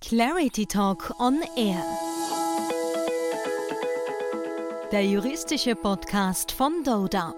Clarity Talk on Air. Der juristische Podcast von Doda.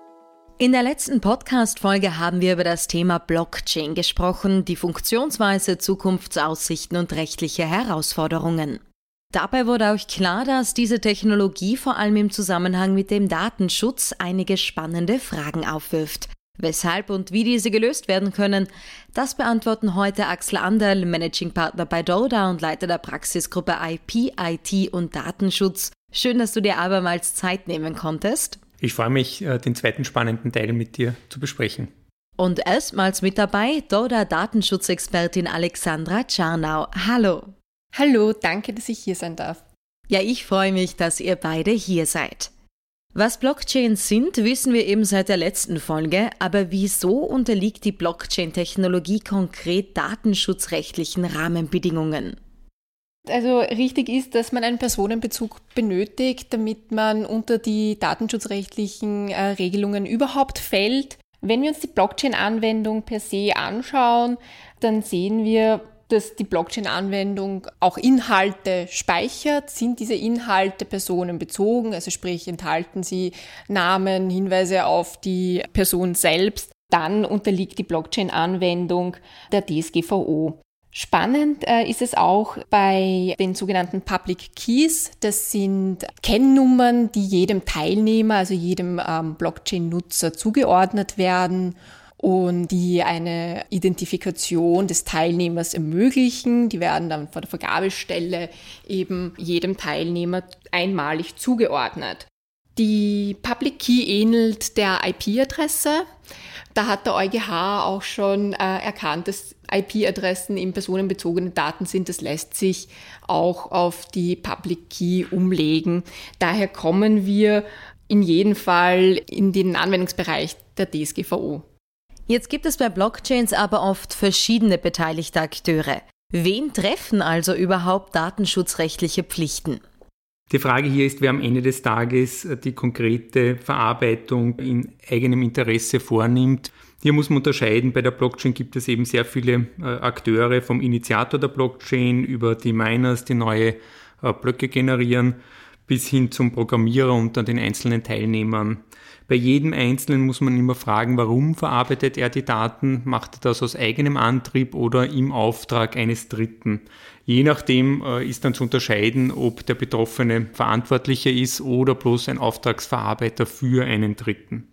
In der letzten Podcast-Folge haben wir über das Thema Blockchain gesprochen, die Funktionsweise, Zukunftsaussichten und rechtliche Herausforderungen. Dabei wurde auch klar, dass diese Technologie vor allem im Zusammenhang mit dem Datenschutz einige spannende Fragen aufwirft. Weshalb und wie diese gelöst werden können, das beantworten heute Axel Anderl, Managing Partner bei Doda und Leiter der Praxisgruppe IP, IT und Datenschutz. Schön, dass du dir abermals Zeit nehmen konntest. Ich freue mich, den zweiten spannenden Teil mit dir zu besprechen. Und erstmals mit dabei Doda-Datenschutzexpertin Alexandra Czarnau. Hallo. Hallo, danke, dass ich hier sein darf. Ja, ich freue mich, dass ihr beide hier seid. Was Blockchains sind, wissen wir eben seit der letzten Folge, aber wieso unterliegt die Blockchain-Technologie konkret datenschutzrechtlichen Rahmenbedingungen? Also richtig ist, dass man einen Personenbezug benötigt, damit man unter die datenschutzrechtlichen Regelungen überhaupt fällt. Wenn wir uns die Blockchain-Anwendung per se anschauen, dann sehen wir, dass die Blockchain-Anwendung auch Inhalte speichert. Sind diese Inhalte personenbezogen, also sprich enthalten sie Namen, Hinweise auf die Person selbst, dann unterliegt die Blockchain-Anwendung der DSGVO. Spannend ist es auch bei den sogenannten Public Keys. Das sind Kennnummern, die jedem Teilnehmer, also jedem Blockchain-Nutzer zugeordnet werden und die eine Identifikation des Teilnehmers ermöglichen. Die werden dann von der Vergabestelle eben jedem Teilnehmer einmalig zugeordnet. Die Public Key ähnelt der IP-Adresse. Da hat der EuGH auch schon erkannt, dass IP-Adressen eben personenbezogene Daten sind. Das lässt sich auch auf die Public Key umlegen. Daher kommen wir in jedem Fall in den Anwendungsbereich der DSGVO. Jetzt gibt es bei Blockchains aber oft verschiedene beteiligte Akteure. Wen treffen also überhaupt datenschutzrechtliche Pflichten? Die Frage hier ist, wer am Ende des Tages die konkrete Verarbeitung in eigenem Interesse vornimmt. Hier muss man unterscheiden, bei der Blockchain gibt es eben sehr viele Akteure, vom Initiator der Blockchain über die Miners, die neue Blöcke generieren, bis hin zum Programmierer und dann den einzelnen Teilnehmern. Bei jedem Einzelnen muss man immer fragen, warum verarbeitet er die Daten? Macht er das aus eigenem Antrieb oder im Auftrag eines Dritten? Je nachdem ist dann zu unterscheiden, ob der Betroffene Verantwortlicher ist oder bloß ein Auftragsverarbeiter für einen Dritten.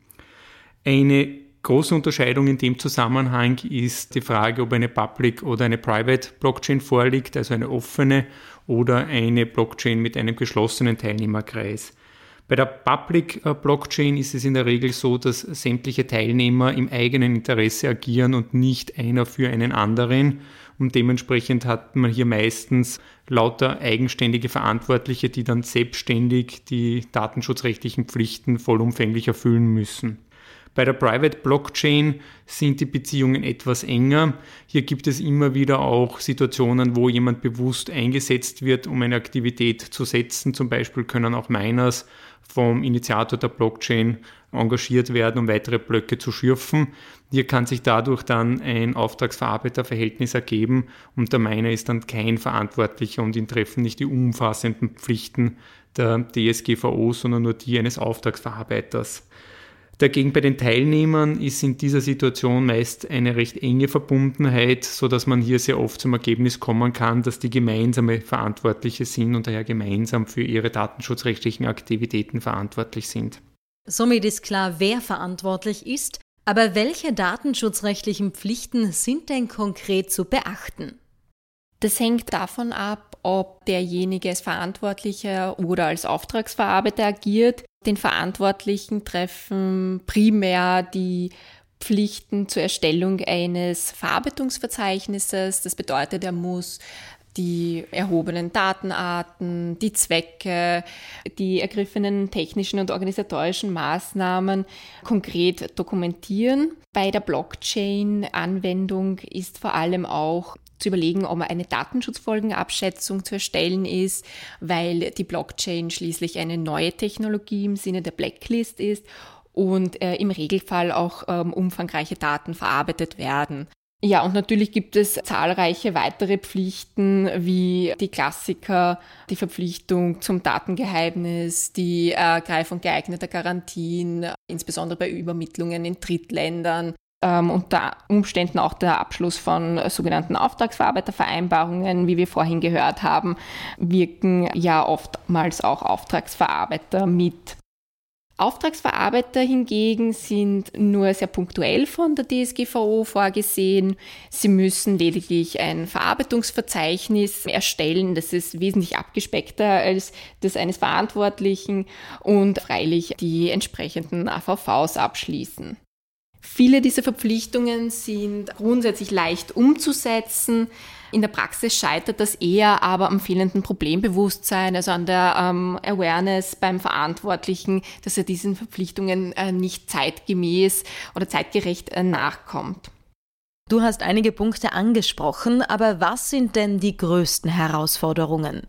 Eine große Unterscheidung in dem Zusammenhang ist die Frage, ob eine Public oder eine Private Blockchain vorliegt, also eine offene oder eine Blockchain mit einem geschlossenen Teilnehmerkreis. Bei der Public Blockchain ist es in der Regel so, dass sämtliche Teilnehmer im eigenen Interesse agieren und nicht einer für einen anderen. Und dementsprechend hat man hier meistens lauter eigenständige Verantwortliche, die dann selbstständig die datenschutzrechtlichen Pflichten vollumfänglich erfüllen müssen. Bei der Private Blockchain sind die Beziehungen etwas enger. Hier gibt es immer wieder auch Situationen, wo jemand bewusst eingesetzt wird, um eine Aktivität zu setzen. Zum Beispiel können auch Miners vom Initiator der Blockchain engagiert werden, um weitere Blöcke zu schürfen. Hier kann sich dadurch dann ein Auftragsverarbeiterverhältnis ergeben und der Miner ist dann kein Verantwortlicher und ihn treffen nicht die umfassenden Pflichten der DSGVO, sondern nur die eines Auftragsverarbeiters. Dagegen bei den Teilnehmern ist in dieser Situation meist eine recht enge Verbundenheit, sodass man hier sehr oft zum Ergebnis kommen kann, dass die gemeinsame Verantwortliche sind und daher gemeinsam für ihre datenschutzrechtlichen Aktivitäten verantwortlich sind. Somit ist klar, wer verantwortlich ist, aber welche datenschutzrechtlichen Pflichten sind denn konkret zu beachten? Das hängt davon ab, ob derjenige als Verantwortlicher oder als Auftragsverarbeiter agiert. Den Verantwortlichen treffen primär die Pflichten zur Erstellung eines Verarbeitungsverzeichnisses. Das bedeutet, er muss die erhobenen Datenarten, die Zwecke, die ergriffenen technischen und organisatorischen Maßnahmen konkret dokumentieren. Bei der Blockchain-Anwendung ist vor allem auch zu überlegen, ob eine Datenschutzfolgenabschätzung zu erstellen ist, weil die Blockchain schließlich eine neue Technologie im Sinne der Blacklist ist und im Regelfall auch umfangreiche Daten verarbeitet werden. Ja, und natürlich gibt es zahlreiche weitere Pflichten, wie die Klassiker, die Verpflichtung zum Datengeheimnis, die Ergreifung geeigneter Garantien, insbesondere bei Übermittlungen in Drittländern, unter Umständen auch der Abschluss von sogenannten Auftragsverarbeitervereinbarungen, wie wir vorhin gehört haben, wirken ja oftmals auch Auftragsverarbeiter mit. Auftragsverarbeiter hingegen sind nur sehr punktuell von der DSGVO vorgesehen. Sie müssen lediglich ein Verarbeitungsverzeichnis erstellen. Das ist wesentlich abgespeckter als das eines Verantwortlichen und freilich die entsprechenden AVVs abschließen. Viele dieser Verpflichtungen sind grundsätzlich leicht umzusetzen. In der Praxis scheitert das eher aber am fehlenden Problembewusstsein, also an der Awareness beim Verantwortlichen, dass er diesen Verpflichtungen nicht zeitgemäß oder zeitgerecht nachkommt. Du hast einige Punkte angesprochen, aber was sind denn die größten Herausforderungen?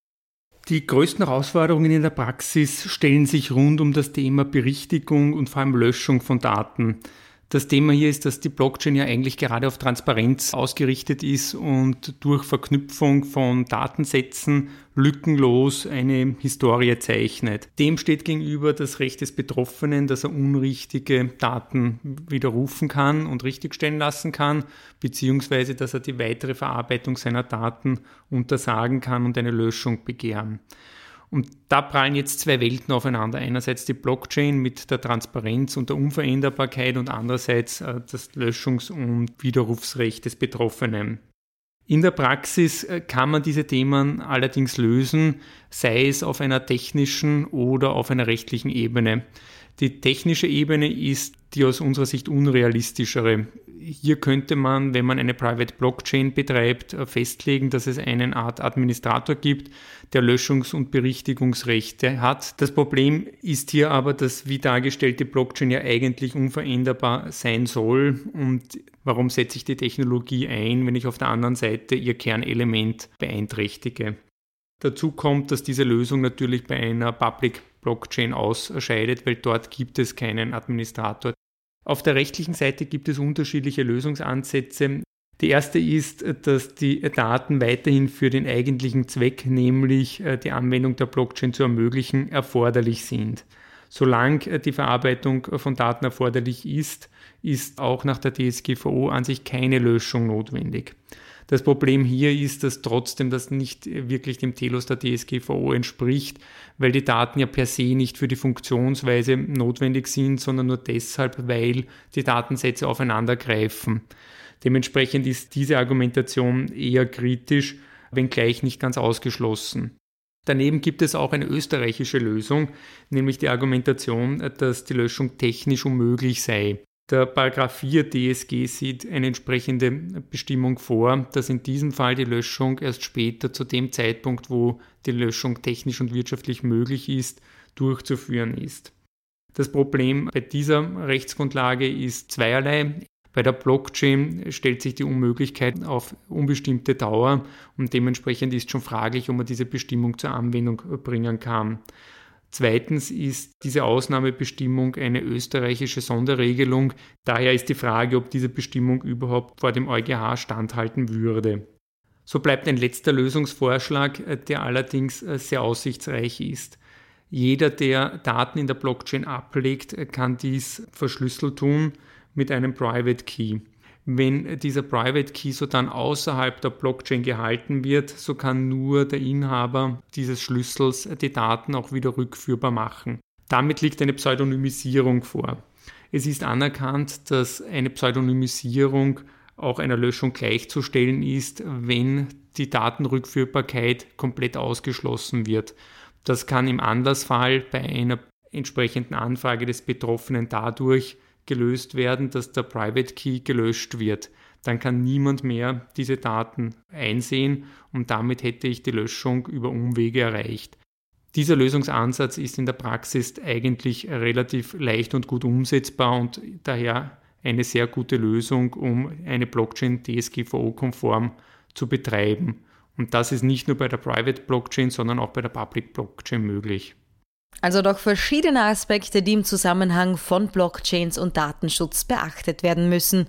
Die größten Herausforderungen in der Praxis stellen sich rund um das Thema Berichtigung und vor allem Löschung von Daten. Das Thema hier ist, dass die Blockchain ja eigentlich gerade auf Transparenz ausgerichtet ist und durch Verknüpfung von Datensätzen lückenlos eine Historie zeichnet. Dem steht gegenüber das Recht des Betroffenen, dass er unrichtige Daten widerrufen kann und richtigstellen lassen kann, beziehungsweise dass er die weitere Verarbeitung seiner Daten untersagen kann und eine Löschung begehren. Und da prallen jetzt zwei Welten aufeinander. Einerseits die Blockchain mit der Transparenz und der Unveränderbarkeit und andererseits das Löschungs- und Widerrufsrecht des Betroffenen. In der Praxis kann man diese Themen allerdings lösen, sei es auf einer technischen oder auf einer rechtlichen Ebene. Die technische Ebene ist die aus unserer Sicht unrealistischere. Hier könnte man, wenn man eine Private Blockchain betreibt, festlegen, dass es eine Art Administrator gibt, der Löschungs- und Berichtigungsrechte hat. Das Problem ist hier aber, dass wie dargestellte Blockchain ja eigentlich unveränderbar sein soll. Und warum setze ich die Technologie ein, wenn ich auf der anderen Seite ihr Kernelement beeinträchtige? Dazu kommt, dass diese Lösung natürlich bei einer Public Blockchain ausscheidet, weil dort gibt es keinen Administrator. Auf der rechtlichen Seite gibt es unterschiedliche Lösungsansätze. Die erste ist, dass die Daten weiterhin für den eigentlichen Zweck, nämlich die Anwendung der Blockchain zu ermöglichen, erforderlich sind. Solange die Verarbeitung von Daten erforderlich ist, ist auch nach der DSGVO an sich keine Löschung notwendig. Das Problem hier ist, dass trotzdem das nicht wirklich dem Telos der DSGVO entspricht, weil die Daten ja per se nicht für die Funktionsweise notwendig sind, sondern nur deshalb, weil die Datensätze aufeinander greifen. Dementsprechend ist diese Argumentation eher kritisch, wenngleich nicht ganz ausgeschlossen. Daneben gibt es auch eine österreichische Lösung, nämlich die Argumentation, dass die Löschung technisch unmöglich sei. Der Paragraph 4 DSG sieht eine entsprechende Bestimmung vor, dass in diesem Fall die Löschung erst später, zu dem Zeitpunkt, wo die Löschung technisch und wirtschaftlich möglich ist, durchzuführen ist. Das Problem bei dieser Rechtsgrundlage ist zweierlei. Bei der Blockchain stellt sich die Unmöglichkeit auf unbestimmte Dauer und dementsprechend ist schon fraglich, ob man diese Bestimmung zur Anwendung bringen kann. Zweitens ist diese Ausnahmebestimmung eine österreichische Sonderregelung. Daher ist die Frage, ob diese Bestimmung überhaupt vor dem EuGH standhalten würde. So bleibt ein letzter Lösungsvorschlag, der allerdings sehr aussichtsreich ist. Jeder, der Daten in der Blockchain ablegt, kann dies verschlüsselt tun mit einem Private Key. Wenn dieser Private Key so dann außerhalb der Blockchain gehalten wird, so kann nur der Inhaber dieses Schlüssels die Daten auch wieder rückführbar machen. Damit liegt eine Pseudonymisierung vor. Es ist anerkannt, dass eine Pseudonymisierung auch einer Löschung gleichzustellen ist, wenn die Datenrückführbarkeit komplett ausgeschlossen wird. Das kann im Anlassfall bei einer entsprechenden Anfrage des Betroffenen dadurch gelöst werden, dass der Private Key gelöscht wird. Dann kann niemand mehr diese Daten einsehen und damit hätte ich die Löschung über Umwege erreicht. Dieser Lösungsansatz ist in der Praxis eigentlich relativ leicht und gut umsetzbar und daher eine sehr gute Lösung, um eine Blockchain DSGVO-konform zu betreiben. Und das ist nicht nur bei der Private Blockchain, sondern auch bei der Public Blockchain möglich. Also doch verschiedene Aspekte, die im Zusammenhang von Blockchains und Datenschutz beachtet werden müssen.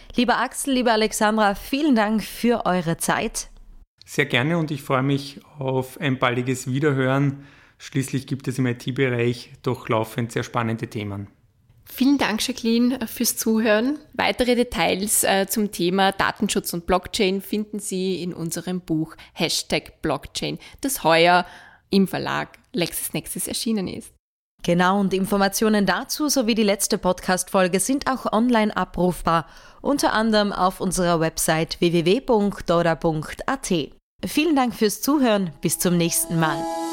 Lieber Axel, liebe Alexandra, vielen Dank für eure Zeit. Sehr gerne und ich freue mich auf ein baldiges Wiederhören. Schließlich gibt es im IT-Bereich doch laufend sehr spannende Themen. Vielen Dank, Jacqueline, fürs Zuhören. Weitere Details zum Thema Datenschutz und Blockchain finden Sie in unserem Buch #Blockchain, das heuer im Verlag LexisNexis erschienen ist. Genau, und Informationen dazu sowie die letzte Podcast-Folge sind auch online abrufbar, unter anderem auf unserer Website www.doda.at. Vielen Dank fürs Zuhören, bis zum nächsten Mal.